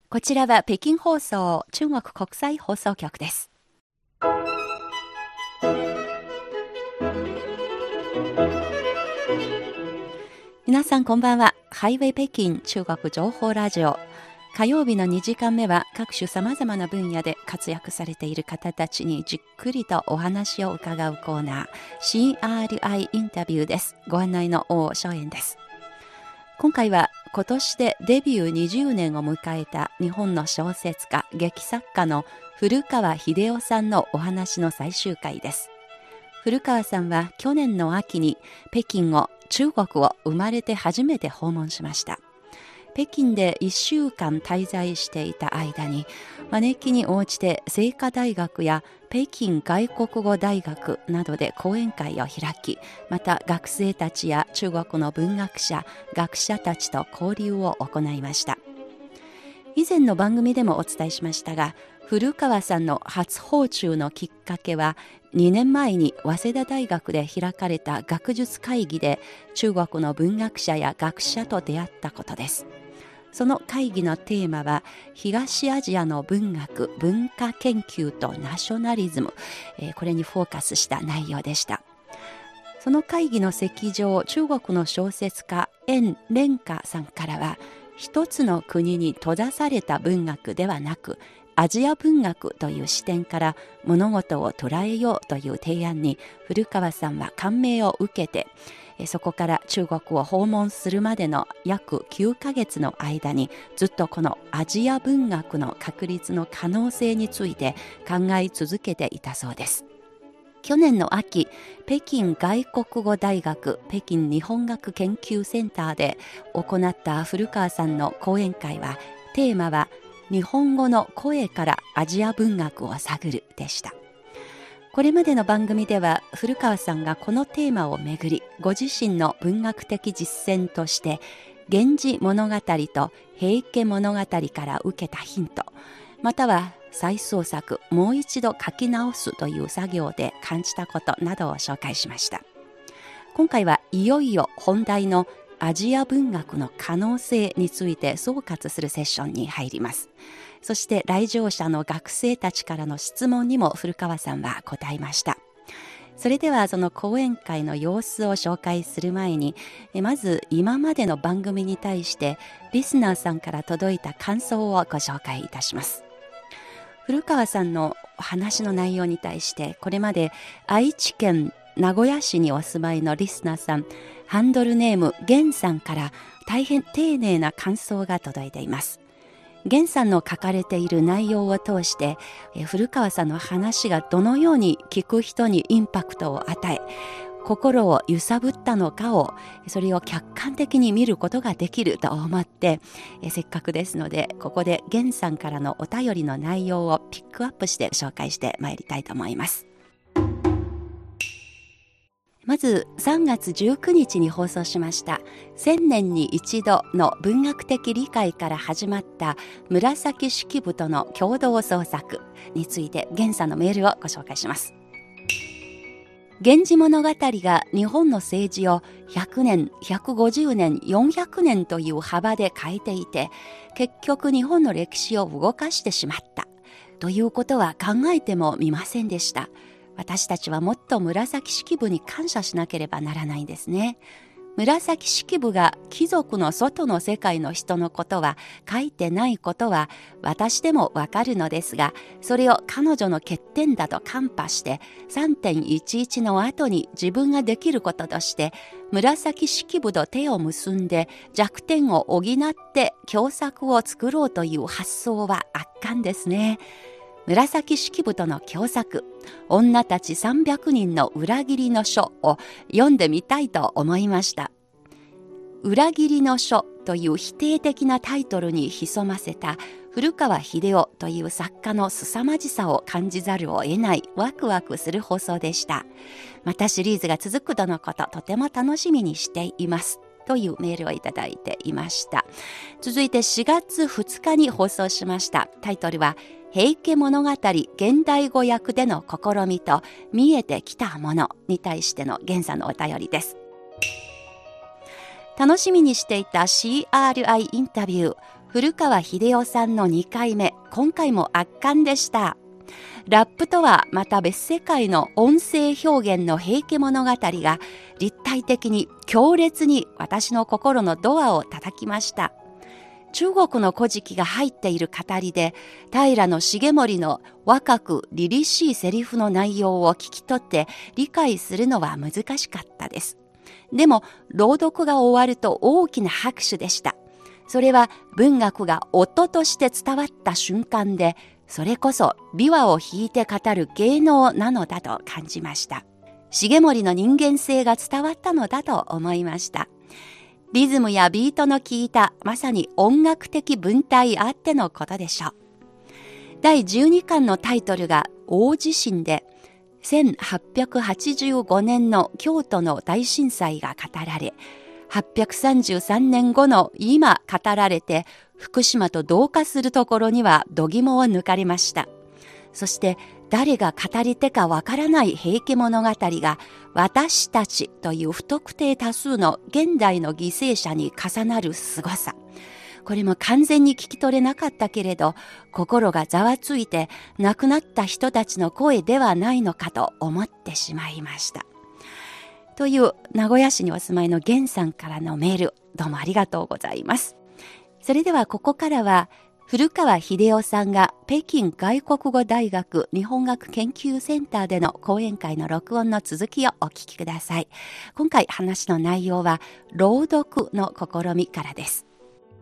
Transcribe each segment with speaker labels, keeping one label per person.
Speaker 1: こちらは北京放送中国国際放送局です。皆さんこんばんは。ハイウェイ北京中国情報ラジオ。火曜日の2時間目は各種様々な分野で活躍されている方たちにじっくりとお話を伺うコーナー CRI インタビューです。ご案内の王翔燕です。今回は今年でデビュー20年を迎えた日本の小説家、劇作家の古川英夫さんのお話の最終回です。古川さんは去年の秋に北京を、中国を生まれて初めて訪問しました。北京で1週間滞在していた間に、招きに応じて清華大学や北京外国語大学などで講演会を開き、また学生たちや中国の文学者、学者たちと交流を行いました。以前の番組でもお伝えしましたが、古川さんの初訪中のきっかけは、2年前に早稲田大学で開かれた学術会議で中国の文学者や学者と出会ったことです。その会議のテーマは東アジアの文学・文化研究とナショナリズム、これにフォーカスした内容でした。その会議の席上、中国の小説家袁連華さんからは、一つの国に閉ざされた文学ではなく、アジア文学という視点から物事を捉えようという提案に古川さんは感銘を受けて、そこから中国を訪問するまでの約9ヶ月の間にずっとこのアジア文学の確立の可能性について考え続けていたそうです。去年の秋、北京外国語大学北京日本学研究センターで行った古川さんの講演会は、テーマは日本語の声からアジア文学を探るでした。これまでの番組では古川さんがこのテーマをめぐり、ご自身の文学的実践として源氏物語と平家物語から受けたヒント、または再創作、もう一度書き直すという作業で感じたことなどを紹介しました。今回はいよいよ本題のアジア文学の可能性について総括するセッションに入ります。そして来場者の学生たちからの質問にも古川さんは答えました。それではその講演会の様子を紹介する前に、まず今までの番組に対してリスナーさんから届いた感想をご紹介いたします。古川さんの話の内容に対して、これまで愛知県名古屋市にお住まいのリスナーさん、ハンドルネーム源さんから大変丁寧な感想が届いています。源さんの書かれている内容を通して、古川さんの話がどのように聞く人にインパクトを与え、心を揺さぶったのかを、それを客観的に見ることができると思って、せっかくですので、ここで源さんからのお便りの内容をピックアップして紹介してまいりたいと思います。まず3月19日に放送しました1000年に一度の文学的理解から始まった紫式部との共同創作について源さんのメールをご紹介します。源氏物語が日本の政治を100年、150年、400年という幅で変えていて、結局日本の歴史を動かしてしまったということは考えてもみませんでした。私たちはもっと紫式部に感謝しなければならないんですね。紫式部が貴族の外の世界の人のことは書いてないことは私でもわかるのですが、それを彼女の欠点だと看破して 3.11 の後に自分ができることとして紫式部と手を結んで弱点を補って共作を作ろうという発想は圧巻ですね。紫式部との共作、女たち300人の裏切りの書を読んでみたいと思いました。裏切りの書という否定的なタイトルに潜ませた古川英夫という作家の凄まじさを感じざるを得ないワクワクする放送でした。またシリーズが続くとのこと、とても楽しみにしていますというメールをいただいていました。続いて4月2日に放送しました。タイトルは平家物語現代語訳での試みと見えてきたものに対しての源さんのお便りです。楽しみにしていた CRI インタビュー、 古川英夫さんの2回目、今回も圧巻でした。ラップとはまた別世界の音声表現の平家物語が立体的に強烈に私の心のドアを叩きました。中国の古事記が入っている語りで、平重盛の若く凛々しいセリフの内容を聞き取って理解するのは難しかったです。でも朗読が終わると大きな拍手でした。それは文学が音として伝わった瞬間で、それこそ琵琶を弾いて語る芸能なのだと感じました。重盛の人間性が伝わったのだと思いました。リズムやビートの効いたまさに音楽的文体あってのことでしょう。第12巻のタイトルが大地震で、1885年の京都の大震災が語られ、833年後の今語られて、福島と同化するところには度肝を抜かれました。そして誰が語り手かわからない平家物語が私たちという不特定多数の現代の犠牲者に重なる凄さ。これも完全に聞き取れなかったけれど、心がざわついて亡くなった人たちの声ではないのかと思ってしまいました。という名古屋市にお住まいの源さんからのメール、どうもありがとうございます。それではここからは古川英夫さんが北京外国語大学日本学研究センターでの講演会の録音の続きをお聞きください。今回話の内容は朗読の試みからです。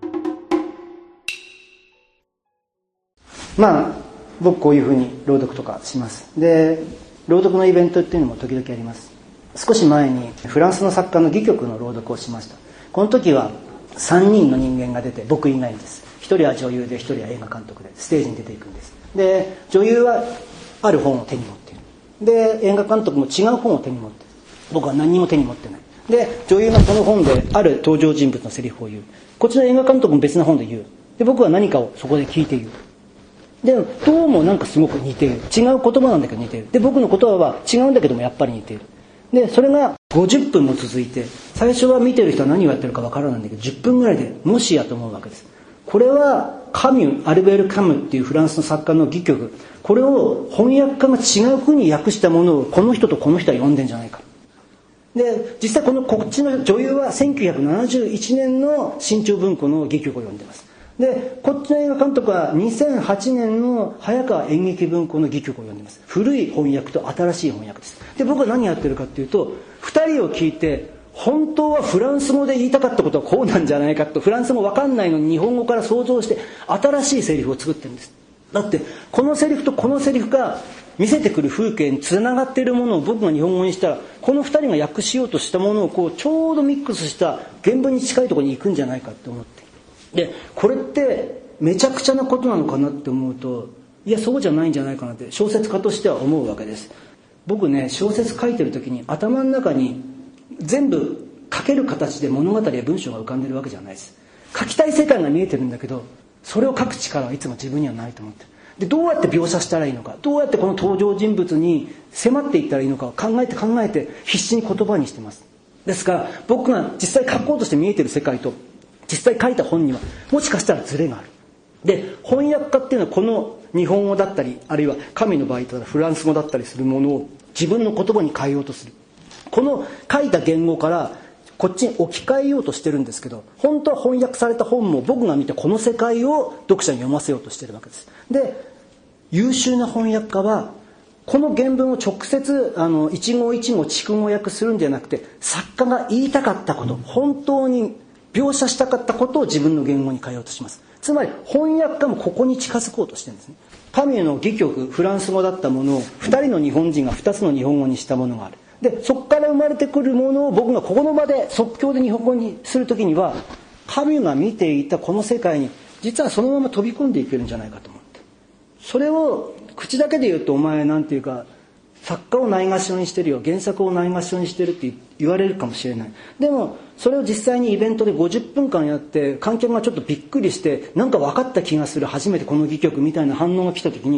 Speaker 2: 僕こういうふうに朗読とかします。で、朗読のイベントっていうのも時々あります。少し前にフランスの作家の戯曲の朗読をしました。この時は3人の人間が出て、僕以外です。1人は女優で1人は映画監督でステージに出ていくんです。で、女優はある本を手に持っている。で、映画監督も違う本を手に持っている。僕は何にも手に持ってない。で、女優がこの本である登場人物のセリフを言う。こっちの映画監督も別の本で言う。で、僕は何かをそこで聞いている。で、どうもなんかすごく似ている。違う言葉なんだけど似ている。で、僕の言葉は違うんだけどもやっぱり似ている。で、それが50分も続いて、最初は見てる人は何をやってるかわからないんだけど、10分ぐらいでもしやと思うわけです。これはカミュ、アルベル・カムっていうフランスの作家の戯曲、これを翻訳家が違う風に訳したものをこの人とこの人は読んでんじゃないか。で、実際こっちの女優は1971年の新潮文庫の戯曲を読んでます。で、こっちの映画監督は2008年の早川演劇文庫の戯曲を読んでます。古い翻訳と新しい翻訳です。で、僕は何やってるかっていうと、2人を聞いて、本当はフランス語で言いたかったことはこうなんじゃないかと、フランス語分かんないのに日本語から想像して新しいセリフを作ってるんです。だってこのセリフとこのセリフが見せてくる風景につながっているものを僕が日本語にしたら、この2人が訳しようとしたものをちょうどミックスした原文に近いところに行くんじゃないかって思って、でこれってめちゃくちゃなことなのかなって思うと、いやそうじゃないんじゃないかなって小説家としては思うわけです。僕ね、小説書いてる時に頭の中に全部書ける形で物語や文章が浮かんでるわけじゃないです。書きたい世界が見えてるんだけど、それを書く力はいつも自分にはないと思って、でどうやって描写したらいいのか、どうやってこの登場人物に迫っていったらいいのかを考えて必死に言葉にしてます。ですから僕が実際書こうとして見えてる世界と実際書いた本にはもしかしたらズレがある。で、翻訳家っていうのはこの日本語だったり、あるいは神の場合だったらフランス語だったりするものを自分の言葉に変えようとする。この書いた言語からこっちに置き換えようとしてるんですけど、本当は翻訳された本も僕が見たこの世界を読者に読ませようとしてるわけです。で、優秀な翻訳家はこの原文を直接一語一語逐語訳するんじゃなくて、作家が言いたかったこと、本当に描写したかったことを自分の言語に変えようとします。つまり翻訳家もここに近づこうとしてるんですね。カミュの戯曲、フランス語だったものを2人の日本人が2つの日本語にしたものがある。で、そこから生まれてくるものを僕がここの場で即興で日本語にするときには、カミュが見ていたこの世界に実はそのまま飛び込んでいけるんじゃないかと思って、それを口だけで言うとお前なんていうか作家をないがしろにしてるよ、原作をないがしろにしてるって言われるかもしれない。でもそれを実際にイベントで50分間やって観客がちょっとびっくりして、なんか分かった気がする、初めてこの戯曲みたいな反応が来た時に、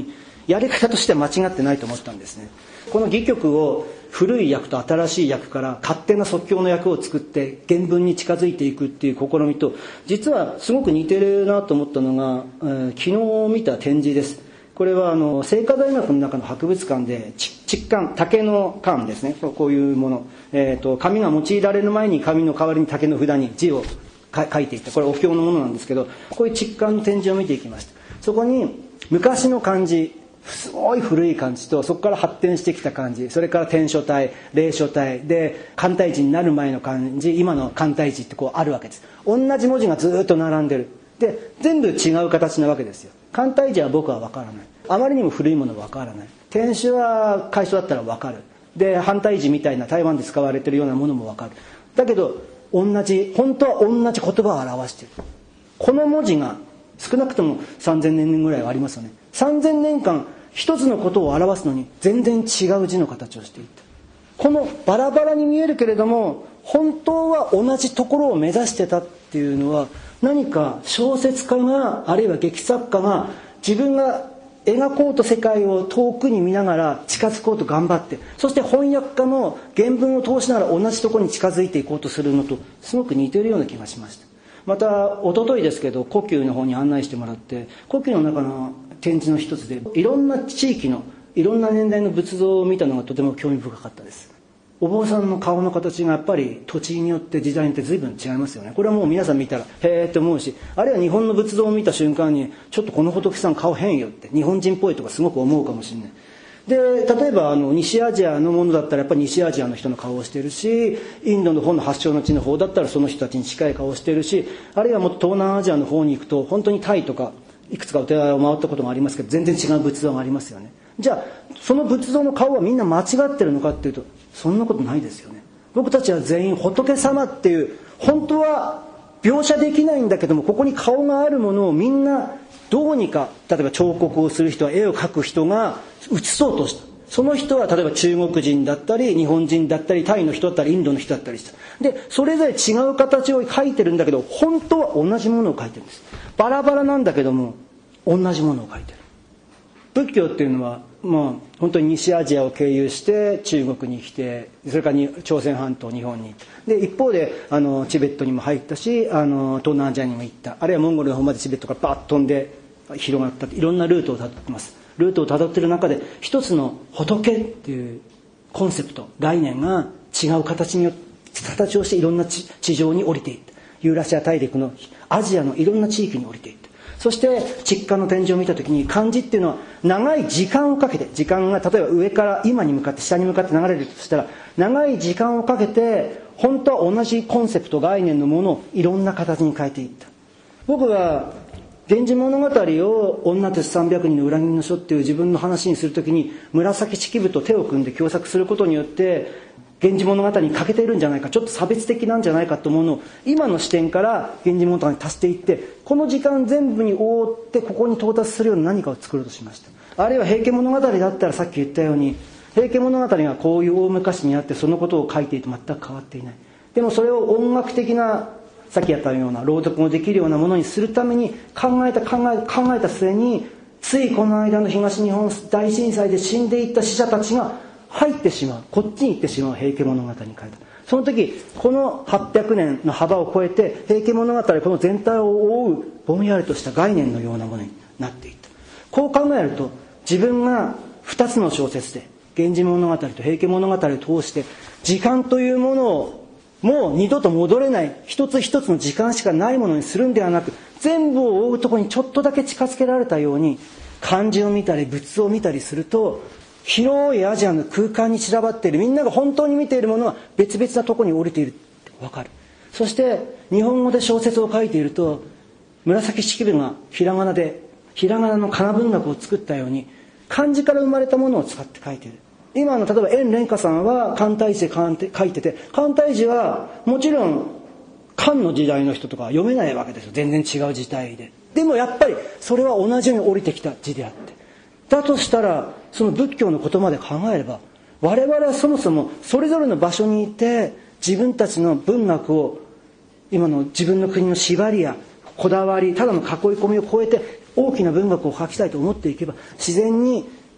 Speaker 2: やり方としては間違ってないと思ったんですね。この戯曲を古い役と新しい役から勝手な即興の役を作って原文に近づいていくっていう試みと実はすごく似てるなと思ったのが、昨日見た展示です。これは清華大学の中の博物館で竹簡、竹の簡ですね、こういうもの、紙が用いられる前に紙の代わりに竹の札に字を書いていった、これお経のものなんですけど、こういう竹簡の展示を見ていきました。そこに昔の漢字、すごい古い漢字とそこから発展してきた漢字、それから篆書体、隷書体で簡体字になる前の漢字、今の簡体字ってこうあるわけです。同じ文字がずっと並んでる。で全部違う形なわけですよ。簡体字は僕は分からない。あまりにも古いものは分からない。篆書は楷書だったら分かる。で反対字みたいな台湾で使われてるようなものも分かる。だけど本当は同じ言葉を表している。この文字が少なくとも3000年ぐらいはありますよね。3000年間一つのことを表すのに全然違う字の形をしていた。このバラバラに見えるけれども本当は同じところを目指してたっていうのは、何か小説家があるいは劇作家が自分が描こうと世界を遠くに見ながら近づこうと頑張って、そして翻訳家も原文を通しながら同じところに近づいていこうとするのとすごく似ているような気がしました。また一昨日ですけど故宮の方に案内してもらって、故宮の中の展示の一つでいろんな地域のいろんな年代の仏像を見たのがとても興味深かったです。お坊さんの顔の形がやっぱり土地によって時代によって随分違いますよね。これはもう皆さん見たらへーって思うし、あるいは日本の仏像を見た瞬間にちょっとこの仏さん顔変よって日本人っぽいとかすごく思うかもしれない。で例えば西アジアのものだったらやっぱり西アジアの人の顔をしてるし、インドの方の発祥の地の方だったらその人たちに近い顔をしてるし、あるいはもっと東南アジアの方に行くと本当にタイとかいくつかお寺を回ったことがありますけど全然違う仏像がありますよね。じゃあその仏像の顔はみんな間違ってるのかっていうとそんなことないですよね。僕たちは全員仏様っていう本当は描写できないんだけども、ここに顔があるものをみんなどうにか、例えば彫刻をする人は絵を描く人が写そうとした。その人は例えば中国人だったり日本人だったりタイの人だったりインドの人だったりした。でそれぞれ違う形を描いてるんだけど本当は同じものを描いてるんです。バラバラなんだけども同じものを描いてる。仏教っていうのは本当に西アジアを経由して中国に来て、それから朝鮮半島日本にで一方でチベットにも入ったし東南アジアにも行った、あるいはモンゴルの方までチベットからバッと飛んで広がった、いろんなルートをたどってます。ルートをたどっている中で一つの仏っていうコンセプト概念が違う形をしていろんな地上に降りていった。ユーラシア大陸のアジアのいろんな地域に降りていった。そして竹簡の展示を見た時に漢字っていうのは長い時間をかけて、時間が例えば上から今に向かって下に向かって流れるとしたら長い時間をかけて本当は同じコンセプト概念のものをいろんな形に変えていった。僕は源氏物語を女鉄300人の裏切りの書っていう自分の話にするときに紫式部と手を組んで共作することによって源氏物語に欠けているんじゃないか、ちょっと差別的なんじゃないかと思うのを今の視点から源氏物語に足していって、この時間全部に覆ってここに到達するような何かを作ろうとしました。あるいは平家物語だったらさっき言ったように平家物語がこういう大昔にあってそのことを書いていて全く変わっていない。でもそれを音楽的なさっきやったような朗読もできるようなものにするために考えた末に、ついこの間の東日本大震災で死んでいった死者たちが入ってしまう、こっちに行ってしまう平家物語に変えた。その時この800年の幅を超えて平家物語この全体を覆うぼんやりとした概念のようなものになっていった。こう考えると自分が2つの小説で源氏物語と平家物語を通して時間というものをもう二度と戻れない一つ一つの時間しかないものにするんではなく、全部を覆うところにちょっとだけ近づけられたように漢字を見たり仏を見たりすると、広いアジアの空間に散らばっているみんなが本当に見ているものは別々なところに降りているって分かる。そして日本語で小説を書いていると紫式部がひらがなの仮名文学を作ったように漢字から生まれたものを使って書いている。今例えば円蓮華さんは簡体字で書いてて、簡体字はもちろん漢の時代の人とかは読めないわけですよ。全然違う時代で。でもやっぱりそれは同じように降りてきた字であって、だとしたらその仏教のことまで考えれば我々はそもそもそれぞれの場所にいて自分たちの文学を今の自分の国の縛りやこだわり、ただの囲い込みを超えて大きな文学を書きたいと思っていけば自然に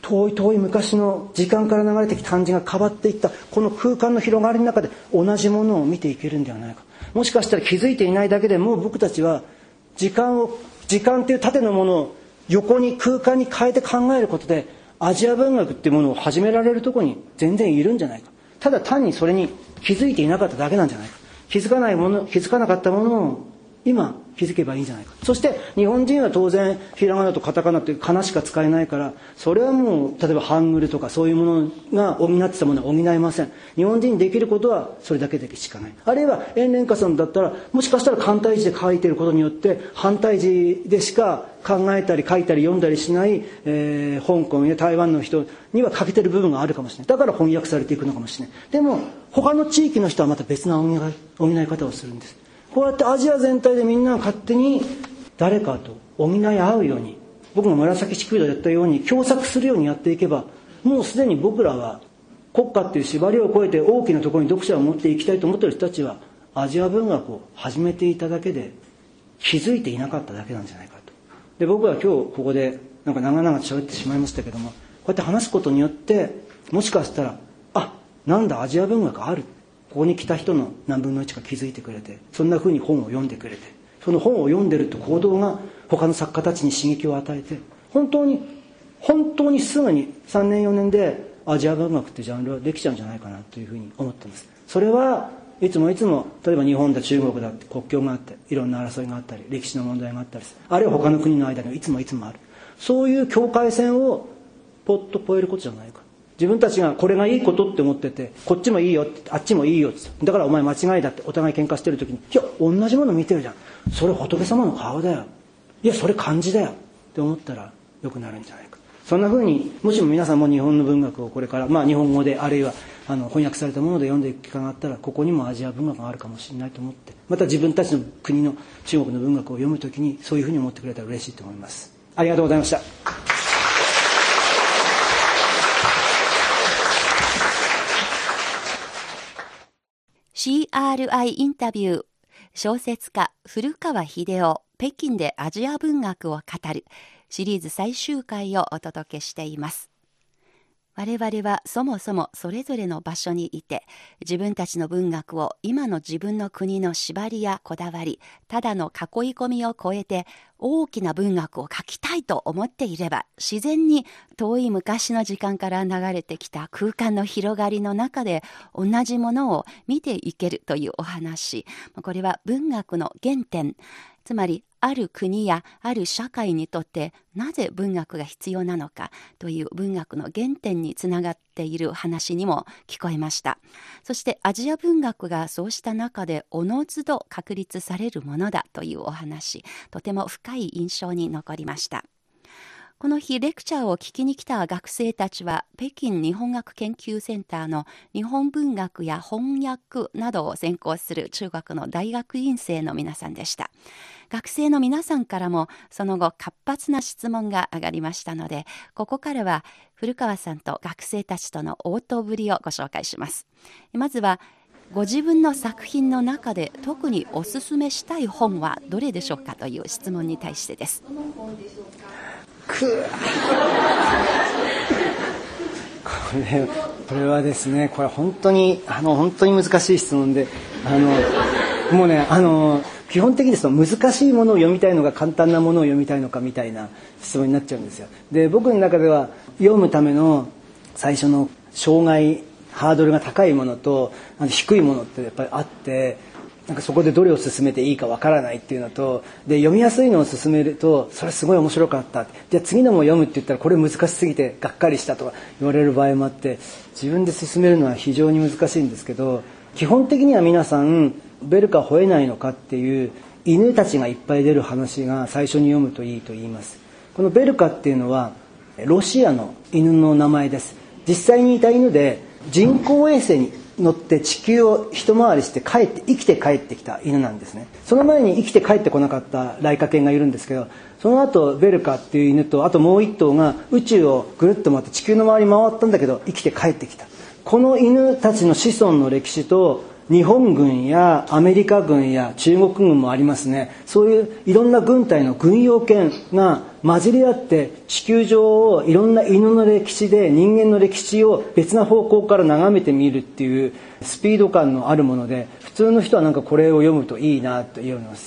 Speaker 2: 遠い遠い昔の時間から流れてきた感じが変わっていったこの空間の広がりの中で同じものを見ていけるんではないか。もしかしたら気づいていないだけでもう僕たちは時間という縦のものを横に空間に変えて考えることでアジア文学っていうものを始められるところに全然いるんじゃないか。ただ単にそれに気づいていなかっただけなんじゃないか。気づかなかったものを今気づけばいいんじゃないか。そして日本人は当然ひらがなとカタカナという仮名しか使えないから、それはもう例えばハングルとかそういうものが補ってたものは補えません。日本人にできることはそれだけでしかない。あるいは円蓮華さんだったらもしかしたら簡体字で書いていることによって反対字でしか考えたり書いたり読んだりしない、香港や台湾の人には欠けてる部分があるかもしれない。だから翻訳されていくのかもしれない。でも他の地域の人はまた別な補い方をするんです。こうやってアジア全体でみんなが勝手に誰かと補い合うように、僕が紫式部でやったように共作するようにやっていけば、もうすでに僕らは国家っていう縛りを超えて大きなところに読者を持っていきたいと思っている人たちはアジア文学を始めていただけで気づいていなかっただけなんじゃないかと。で、僕は今日ここでなんか長々と喋ってしまいましたけども、こうやって話すことによってもしかしたらなんだアジア文学ある、ここに来た人の何分の1か気づいてくれて、そんな風に本を読んでくれて、その本を読んでると行動が他の作家たちに刺激を与えて、本当にすぐに3年4年でアジア文学ってジャンルはできちゃうんじゃないかなというふうに思ってます。それはいつも例えば日本だ中国だって国境があっていろんな争いがあったり歴史の問題があったりする、あるいは他の国の間にいつもある、そういう境界線をポッと越えることじゃないか。自分たちがこれがいいことって思ってて、こっちもいいよってあっちもいいよって、だからお前間違いだってお互い喧嘩してる時に、いや同じもの見てるじゃん、それ仏様の顔だよ、いやそれ漢字だよって思ったら良くなるんじゃないか。そんな風にもしも皆さんも日本の文学をこれから、日本語であるいは翻訳されたもので読んでいく機会があったら、ここにもアジア文学があるかもしれないと思って、また自分たちの国の中国の文学を読むときにそういうふうに思ってくれたら嬉しいと思います。ありがとうございました。
Speaker 1: CRI インタビュー、小説家古川英夫、北京でアジア文学を語るシリーズ最終回をお届けしています。我々はそもそもそれぞれの場所にいて、自分たちの文学を今の自分の国の縛りやこだわり、ただの囲い込みを超えて大きな文学を書きたいと思っていれば、自然に遠い昔の時間から流れてきた空間の広がりの中で同じものを見ていけるというお話。これは文学の原点、つまりある国やある社会にとってなぜ文学が必要なのかという文学の原点につながっている話にも聞こえました。そしてアジア文学がそうした中でおのずと確立されるものだというお話、とても深い印象に残りました。この日レクチャーを聞きに来た学生たちは、北京日本学研究センターの日本文学や翻訳などを専攻する中国の大学院生の皆さんでした。学生の皆さんからもその後活発な質問が上がりましたので、ここからは古川さんと学生たちとの応答ぶりをご紹介します。まずはご自分の作品の中で特におすすめしたい本はどれでしょうかという質問に対してです。
Speaker 2: これはですね、これ本当に難しい質問で、もうね、基本的にその難しいものを読みたいのか簡単なものを読みたいのかみたいな質問になっちゃうんですよ。で、僕の中では読むための最初の障害ハードルが高いものと低いものってやっぱりあって、なんかそこでどれを進めていいかわからないっていうのと、で読みやすいのを進めるとそれすごい面白かった、じゃあ次のも読むって言ったらこれ難しすぎてがっかりしたとか言われる場合もあって、自分で進めるのは非常に難しいんですけど、基本的には皆さんベルカ吠えないのかっていう犬たちがいっぱい出る話が最初に読むといいと言います。このベルカっていうのはロシアの犬の名前です。実際にいた犬で人工衛星に乗って地球を一回りして生きて帰ってきた犬なんですね。その前に生きて帰ってこなかったライカ犬がいるんですけど、その後ベルカっていう犬とあともう一頭が宇宙をぐるっと回って地球の周り回ったんだけど生きて帰ってきた。この犬たちの子孫の歴史と日本軍やアメリカ軍や中国軍もありますね。そういういろんな軍隊の軍用犬が混じり合って地球上をいろんな犬の歴史で人間の歴史を別な方向から眺めてみるっていうスピード感のあるもので、普通の人はなんかこれを読むといいなと思います。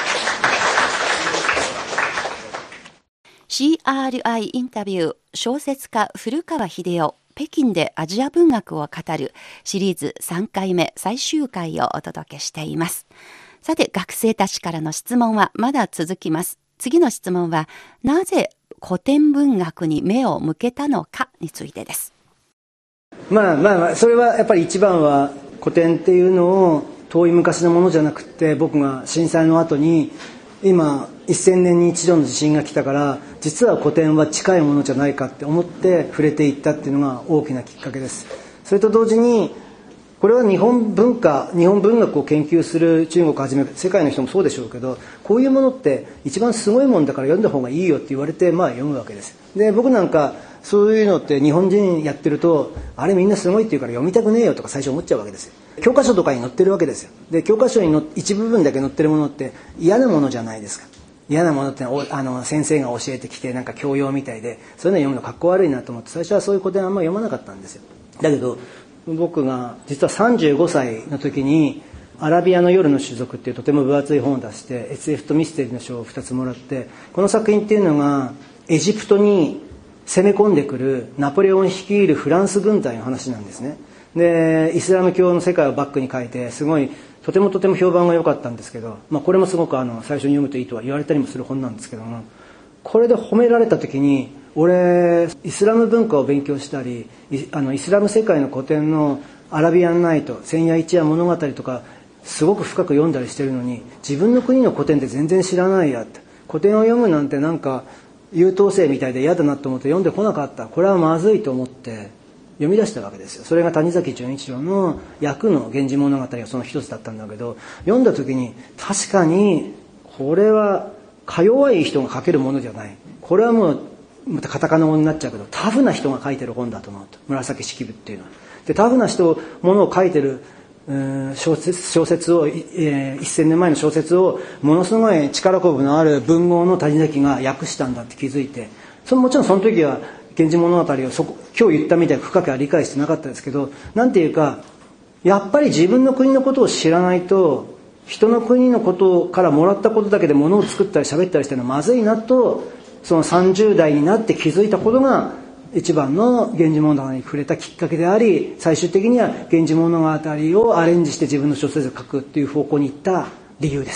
Speaker 1: CRI インタビュー、小説家古川英夫、北京でアジア文学を語るシリーズ3回目最終回をお届けしています。さて、学生たちからの質問はまだ続きます。次の質問は、なぜ古典文学に目を向けたのかについてです。
Speaker 2: まあそれはやっぱり一番は古典っていうのを遠い昔のものじゃなくて、僕が震災の後に今1000年に一度の地震が来たから、実は古典は近いものじゃないかって思って触れていったっていうのが大きなきっかけです。それと同時に、これは日本文学を研究する中国をはじめ世界の人もそうでしょうけど、こういうものって一番すごいもんだから読んだ方がいいよって言われて読むわけです。で、僕なんかそういうのって日本人やってると、あれみんなすごいって言うから読みたくねえよとか最初思っちゃうわけですよ。教科書とかに載ってるわけですよ。で、教科書に一部分だけ載ってるものって嫌なものじゃないですか。嫌なものって先生が教えてきてなんか教養みたいで、そういうの読むのかっこ悪いなと思って最初はそういう古典あんま読まなかったんですよ。だけど僕が実は35歳の時にアラビアの夜の種族っていうとても分厚い本を出して SF とミステリーの賞を2つもらって、この作品っていうのがエジプトに攻め込んでくるナポレオン率いるフランス軍隊の話なんですね。で、イスラム教の世界をバックに書いて、すごいとても評判が良かったんですけど、これもすごく最初に読むといいとは言われたりもする本なんですけども、これで褒められた時に、俺イスラム文化を勉強したり、イスラム世界の古典のアラビアンナイト、千夜一夜物語とかすごく深く読んだりしてるのに、自分の国の古典って全然知らないやって、古典を読むなんてなんか優等生みたいで嫌だなと思って読んでこなかった。これはまずいと思って読み出したわけですよ。それが谷崎潤一郎の訳の源氏物語がその一つだったんだけど、読んだ時に確かにこれはか弱い人が書けるものじゃない、これはもうまたカタカナ語になっちゃうけどタフな人が書いてる本だと思うと。紫式部っていうのはで、タフなものを書いてる小説を、1000年前の小説をものすごい力こぶのある文豪の谷崎が訳したんだって気づいて、もちろんその時は源氏物語を今日言ったみたいに深くは理解してなかったですけど、なんていうかやっぱり自分の国のことを知らないと、人の国のことからもらったことだけで物を作ったり喋ったりしてるのはまずいなと、その30代になって気づいたことが一番の源氏物語に触れたきっかけであり、最終的には源氏物語をアレンジして自分の小説を書くっていう方向に行った理由です。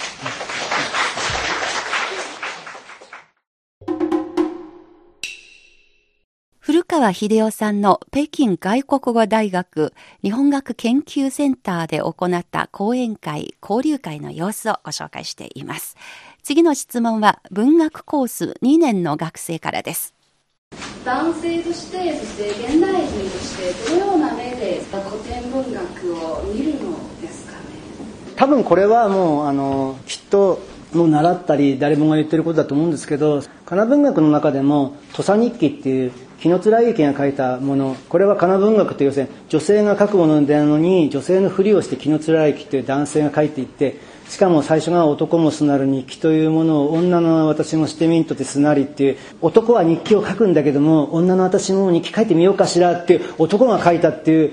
Speaker 1: 古川英夫さんの北京外国語大学日本学研究センターで行った講演会、交流会の様子をご紹介しています。次の質問は文学コース2年の学生からです。
Speaker 3: 男性として、そして現代人としてどのような目で古典文学を見るのですかね。
Speaker 2: 多分これはもうきっともう習ったり誰もが言ってることだと思うんですけど、かな文学の中でも土佐日記っていう紀貫之が書いたもの、これはかな文学という要するに女性が書くものであるのに、女性のふりをして紀貫之という男性が書いていって、しかも最初が男もすなる日記というものを女の私もしてみんとてすなりっていう、男は日記を書くんだけども女の私も日記書いてみようかしらっていう男が書いたっていう、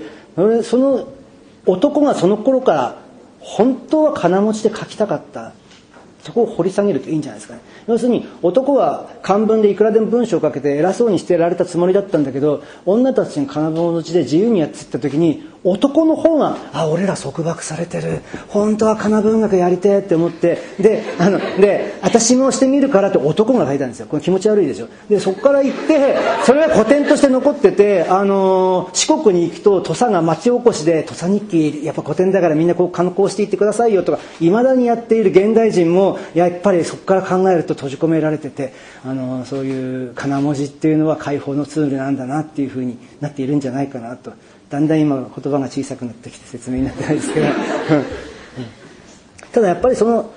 Speaker 2: その男がその頃から本当は金持ちで書きたかった、そこを掘り下げるといいんじゃないですかね。要するに男は漢文でいくらでも文章をかけて偉そうにしてられたつもりだったんだけど、女たちが金文の地で自由にやっていった時に男の方が俺ら束縛されてる、本当はかな文学やりてって思って、で私もしてみるからって男が書いたんですよ。これ気持ち悪いでしょ。でそこから行ってそれが古典として残ってて、四国に行くと土佐が町おこしで土佐日記やっぱ古典だからみんなこう観光していってくださいよとかいまだにやっている現代人もやっぱりそこから考えると閉じ込められてて、そういうかな文字っていうのは解放のツールなんだなっていうふうになっているんじゃないかなと。だんだん今言葉が小さくなってきて説明になってないですけどただやっぱりその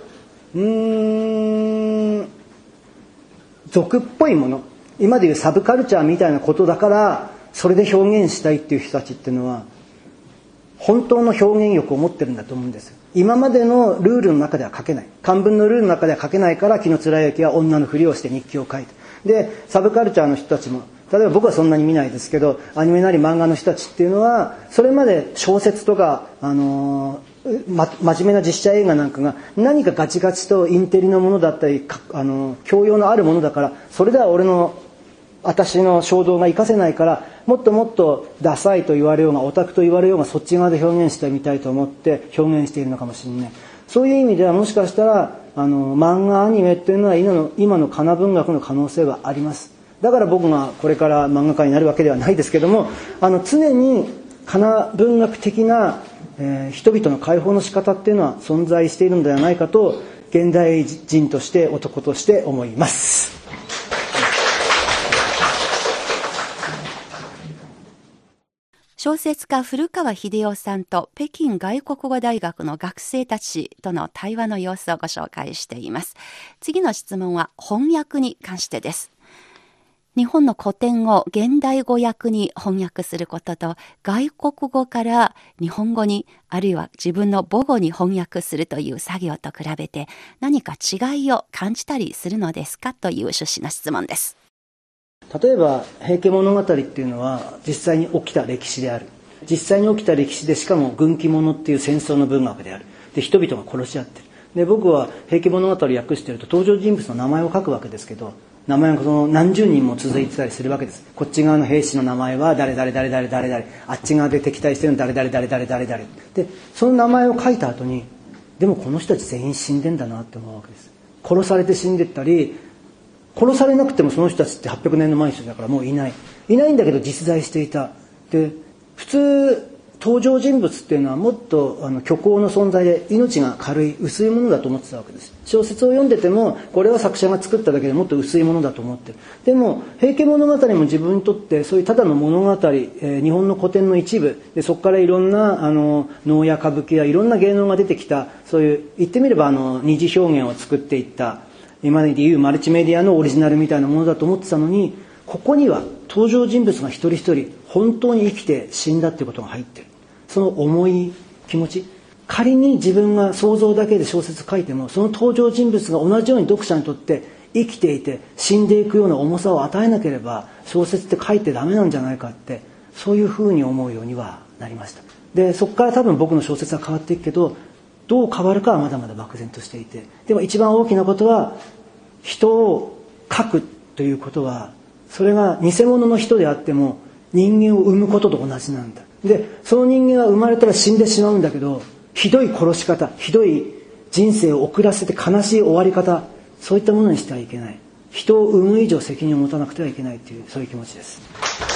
Speaker 2: 俗っぽいもの、今でいうサブカルチャーみたいなことだからそれで表現したいっていう人たちっていうのは本当の表現欲を持ってるんだと思うんですよ。今までのルールの中では書けない、漢文のルールの中では書けないから、紀貫之は女のふりをして日記を書いた。でサブカルチャーの人たちも、例えば僕はそんなに見ないですけど、アニメなり漫画の人たちっていうのは、それまで小説とか、真面目な実写映画なんかが何かガチガチとインテリのものだったり、教養のあるものだから、それでは私の衝動が活かせないから、もっともっとダサいと言われようがオタクと言われようが、そっち側で表現してみたいと思って表現しているのかもしれない。そういう意味ではもしかしたら漫画アニメっていうのは今の仮名文学の可能性はあります。だから僕がこれから漫画家になるわけではないですけども、常に仮名文学的な、人々の解放の仕方っていうのは存在しているのではないかと、現代人として男として思います。
Speaker 1: 小説家古川英夫さんと北京外国語大学の学生たちとの対話の様子をご紹介しています。次の質問は翻訳に関してです。日本の古典を現代語訳に翻訳することと、外国語から日本語に、あるいは自分の母語に翻訳するという作業と比べて、何か違いを感じたりするのですかという趣旨の質問です。
Speaker 2: 例えば平家物語っていうのは実際に起きた歴史である。実際に起きた歴史で、しかも軍記物っていう戦争の文学である。で人々が殺し合ってる。で僕は平家物語を訳していると登場人物の名前を書くわけですけど、名前が何十人も続いてたりするわけです。こっち側の兵士の名前は誰々誰々誰々、あっち側で敵対してるの誰々誰々誰々で、その名前を書いた後に、でもこの人たち全員死んでんだなって思うわけです。殺されて死んでったり、殺されなくてもその人たちって800年の前の人だからもういないんだけど実在していた。で普通登場人物っていうのはもっと虚構の存在で、命が軽い薄いものだと思ってたわけです。小説を読んでてもこれは作者が作っただけでもっと薄いものだと思ってる。でも平家物語も自分にとってそういうただの物語、日本の古典の一部で、そこからいろんな能や歌舞伎やいろんな芸能が出てきた、そういう言ってみれば二次表現を作っていった今まで言うマルチメディアのオリジナルみたいなものだと思ってたのに、ここには登場人物が一人一人本当に生きて死んだっていうことが入ってる。その重い気持ち、仮に自分が想像だけで小説書いても、その登場人物が同じように読者にとって生きていて死んでいくような重さを与えなければ小説って書いてダメなんじゃないかって、そういうふうに思うようにはなりました。でそこから多分僕の小説は変わっていくけど、どう変わるかはまだまだ漠然としていて、でも一番大きなことは、人を書くということは、それが偽物の人であっても人間を生むことと同じなんだ。でその人間が生まれたら死んでしまうんだけど、ひどい殺し方、ひどい人生を送らせて悲しい終わり方、そういったものにしてはいけない。人を生む以上責任を持たなくてはいけないという、そういう気持ちです。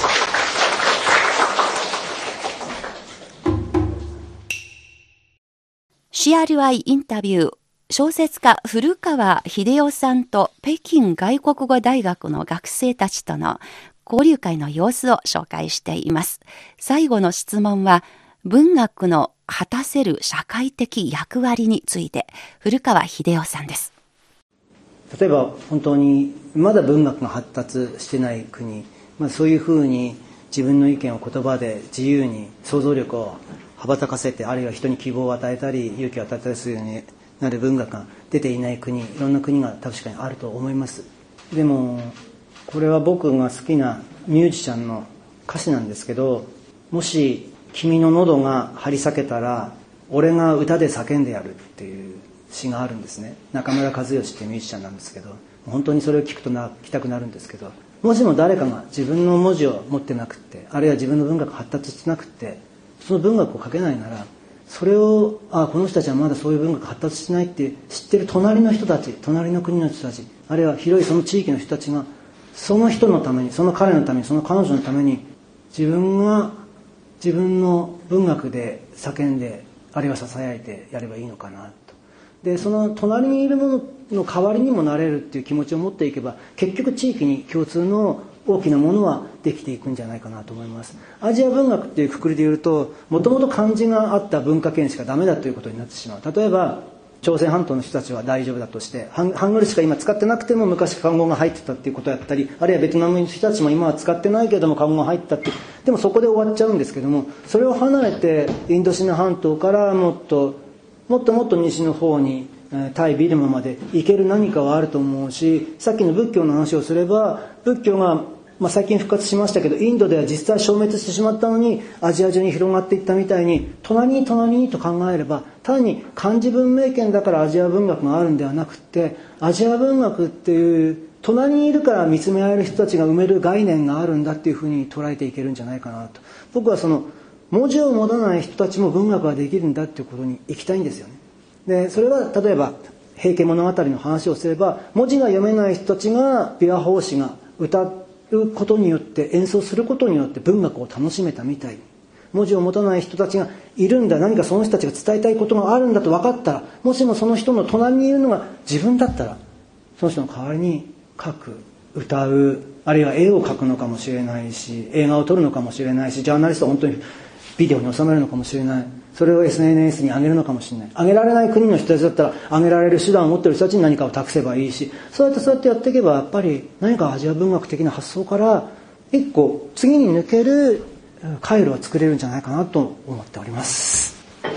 Speaker 1: CRI インタビュー、小説家古川英夫さんと北京外国語大学の学生たちとの交流会の様子を紹介しています。最後の質問は、文学の果たせる社会的役割について、古川英夫さんです。
Speaker 2: 例えば本当にまだ文学が発達してない国、そういうふうに自分の意見を言葉で自由に想像力を羽ばたかせて、あるいは人に希望を与えたり勇気を与えたりするようになる文学が出ていない国、いろんな国が確かにあると思います。でもこれは僕が好きなミュージシャンの歌詞なんですけど、もし君の喉が張り裂けたら俺が歌で叫んでやるっていう詩があるんですね。中村和義っていうミュージシャンなんですけど、本当にそれを聞くと泣きたくなるんですけど、もしも誰かが自分の文字を持ってなくって、あるいは自分の文学が発達してなくって、その文学を書けないなら、それをこの人たちはまだそういう文学発達してないって知ってる隣の人たち、隣の国の人たち、あるいは広いその地域の人たちが、その人のために、その彼のために、その彼女のために、自分が自分の文学で叫んで、あるいは囁いてやればいいのかなと。でその隣にいるものの代わりにもなれるっていう気持ちを持っていけば、結局地域に共通の大きなものはできていくんじゃないかなと思います。アジア文学っていう括りで言うと、もともと漢字があった文化圏しかダメだということになってしまう。例えば朝鮮半島の人たちは大丈夫だとして、ハングルしか今使ってなくても昔漢語が入ってたっていうことをやったり、あるいはベトナムの人たちも今は使ってないけれども漢語が入ったって、でもそこで終わっちゃうんですけども、それを離れてインドシナ半島からもっと西の方にタイビルマまで行ける何かはあると思うし、さっきの仏教の話をすれば、仏教が最近復活しましたけど、インドでは実際消滅してしまったのにアジア中に広がっていったみたいに、隣にと考えれば、単に漢字文明圏だからアジア文学があるんではなくて、アジア文学っていう隣にいるから見つめ合える人たちが埋める概念があるんだっていうふうに捉えていけるんじゃないかなと。僕はその文字を持たない人たちも文学ができるんだっていうことに行きたいんですよね。でそれは例えば平家物語の話をすれば、文字が読めない人たちが琵琶法師が歌うことによって、演奏することによって文学を楽しめたみたいに、文字を持たない人たちがいるんだ、何かその人たちが伝えたいことがあるんだと分かったら、もしもその人の隣にいるのが自分だったら、その人の代わりに書く、歌う、あるいは絵を描くのかもしれないし、映画を撮るのかもしれないし、ジャーナリストは本当にビデオに収めるのかもしれない。それを SNS に上げるのかもしれない。上げられない国の人たちだったら、上げられる手段を持っている人たちに何かを託せばいいし、そうやってやっていけば、やっぱり何かアジア文学的な発想から一個次に抜ける回路を作れるんじゃないかなと思っております。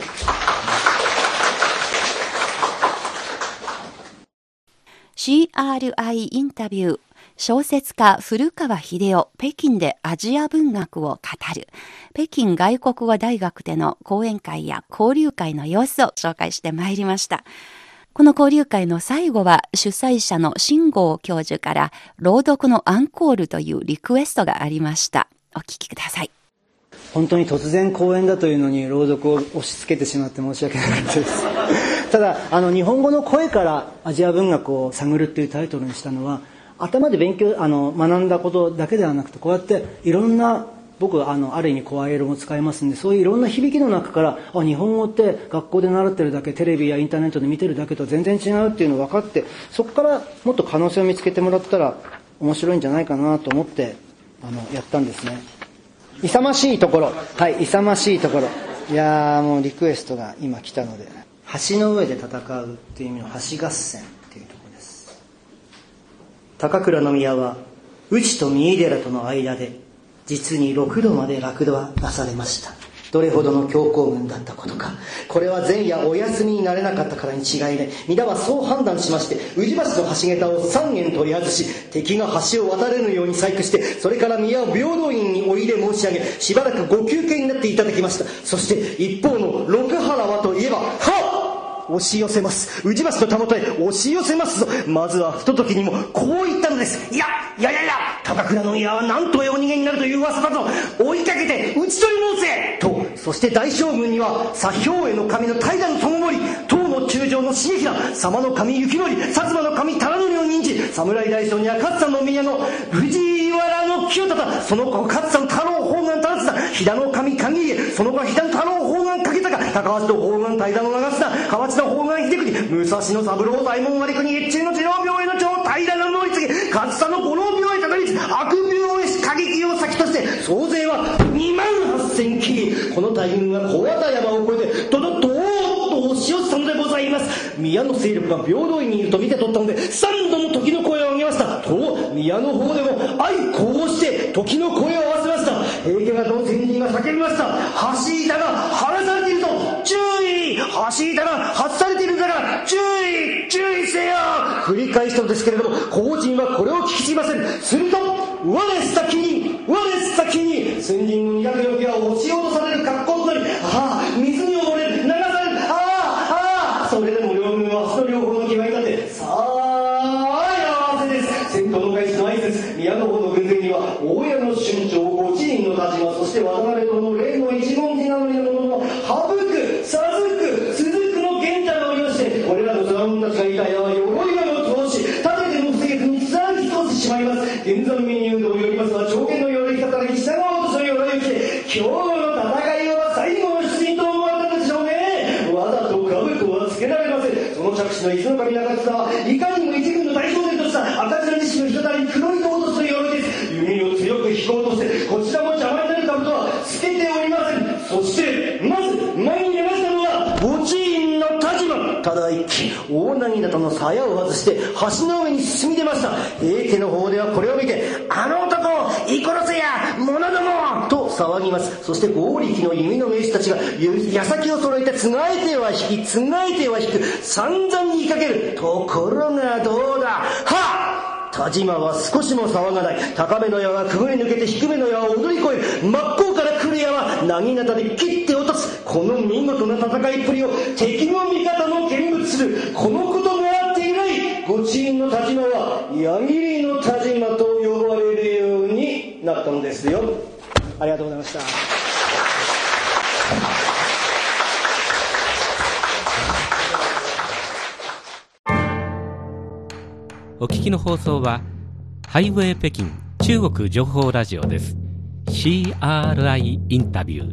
Speaker 1: CRI インタビュー。小説家古川英夫、北京でアジア文学を語る。北京外国語大学での講演会や交流会の様子を紹介してまいりました。この交流会の最後は主催者の新郷教授から朗読のアンコールというリクエストがありました。お聞きください。
Speaker 2: 本当に突然講演だというのに朗読を押し付けてしまって申し訳なかったです。ただ日本語の声からアジア文学を探るっていうタイトルにしたのは、頭で学んだことだけではなくて、こうやっていろんな、僕ある意味声色も使いますんで、そういういろんな響きの中から、日本語って学校で習ってるだけ、テレビやインターネットで見てるだけと全然違うっていうのが分かって、そこからもっと可能性を見つけてもらったら面白いんじゃないかなと思ってやったんですね。勇ましいところ、勇ましいところ、いやもうリクエストが今来たので、橋の上で戦うっていう意味の橋合戦っていうところです。高倉宮は宇治と三井寺との間で実に6度まで落土はなされました。どれほどの強行軍だったことか。これは前夜お休みになれなかったからに違いない。皆はそう判断しまして、宇治橋の橋桁を3軒取り外し、敵が橋を渡れぬように細工して、それから宮を平等院にお入れ申し上げ、しばらくご休憩になっていただきました。そして一方の六原はといえば、押し寄せます。宇治橋のたもとへ押し寄せますぞ。まずはふと時にもこう言ったのです。いや高倉宮は何とお逃げになるという噂だぞ。追いかけて討ち取り申せと。そして大将軍には左兵衛の神の平の友盛、唐の中将の重衡、様の神幸則、薩摩の神忠則を任じ、侍大将には勝山の宮の藤原の清忠、その子勝山太郎宝願忠綱、飛騨の神鍵家、その子は飛騨の太郎宝願掛坂、高橋の宝願平の長綱、河内の宝願秀国、武蔵の三郎大門割国、越中の治療病への長平の乗り継ぎ、勝さの五郎病へたどり着き、悪病へ過激を先として総勢は28,000騎。この大軍が小和田山を越えてどーっと押し寄せたのでございます。宮の勢力が平等院にいると見て取ったので、3度も時の声を上げましたと、宮の方でも相呼応して時の声を合わせました。平家がの先人が叫びました。橋板が離されていると注意、橋板が外されているんだから注意せよ。繰り返したのですけれども、後人はこれを聞き知りません。すると我先に先人の200両家は押し落とされる格好となり、水に溺れる、流される、それでも両軍は橋の両方の牙に立ってさあ合わせです。戦闘の開始の挨拶、宮の方の軍勢には大家の春長5人の田島、そして渡辺殿の例の一文字名乗りの者の省く授く続くの玄太を要して、これらのドラゴンたちがいたやは鎧がを通し立てても防げずに貫き通してしまいます。現在民入道をよりますは条件の鎧にからに従おうとする鎧を着て、今日の戦いは最後の出陣と思われたでしょうね。わざと兜はつけられません。その着手の伊豆の神中津はいかにも一軍の大将軍とした赤面獅子の人たりに黒いとする鎧です。弓を強く引こうとしてこちらも邪魔になる兜はつけておりません。そしてまず前に出ましたのはご地院の田島。ただ一型の鞘を外して橋の上に進み出ました。平家の方ではこれを見て、あの男イコロセや者どもと騒ぎます。そして剛力の弓の名手たちが矢先を揃えてつがえては引き、つがえては引く、散々にかける。ところがどうだ、はっ、田島は少しも騒がない。高めの矢はくぐり抜けて低めの矢を踊り越える。真っ向から来る矢は薙刀で切って落とす。この見事な戦いっぷりを敵の味方の見物する。このことがあって以来、ご知人の田島は矢切の田島と呼ばれるようになったのですよ。ありがとうございました。
Speaker 4: お聞きの放送はハイウェイ北京中国情報ラジオです。 CRI インタビュー。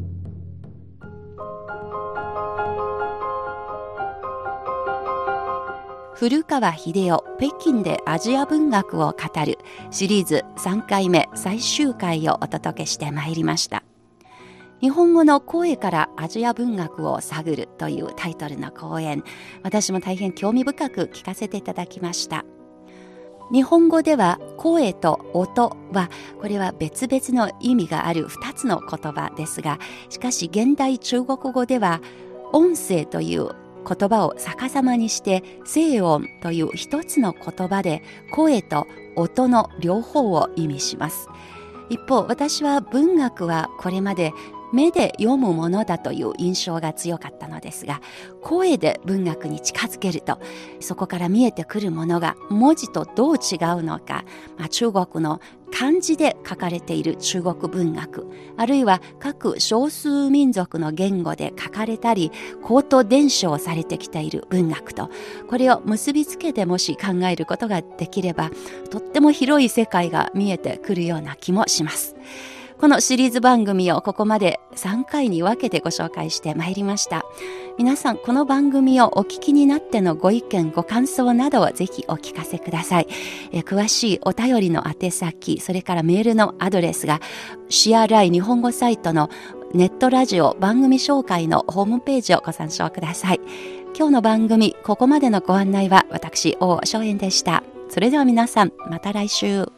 Speaker 1: 古川秀夫北京でアジア文学を語るシリーズ3回目最終回をお届けしてまいりました。日本語の声からアジア文学を探るというタイトルの講演、私も大変興味深く聞かせていただきました。日本語では声と音はこれは別々の意味がある2つの言葉ですが、しかし現代中国語では音声という言葉を逆さまにして声音という一つの言葉で声と音の両方を意味します。一方、私は文学はこれまで目で読むものだという印象が強かったのですが、声で文学に近づけるとそこから見えてくるものが文字とどう違うのか、中国の漢字で書かれている中国文学、あるいは各少数民族の言語で書かれたり口頭伝承されてきている文学と、これを結びつけてもし考えることができれば、とっても広い世界が見えてくるような気もします。このシリーズ番組をここまで3回に分けてご紹介してまいりました。皆さん、この番組をお聞きになってのご意見、ご感想などをぜひお聞かせください。詳しいお便りの宛先、それからメールのアドレスが CRI 日本語サイトのネットラジオ番組紹介のホームページをご参照ください。今日の番組、ここまでのご案内は私、王松燕でした。それでは皆さん、また来週。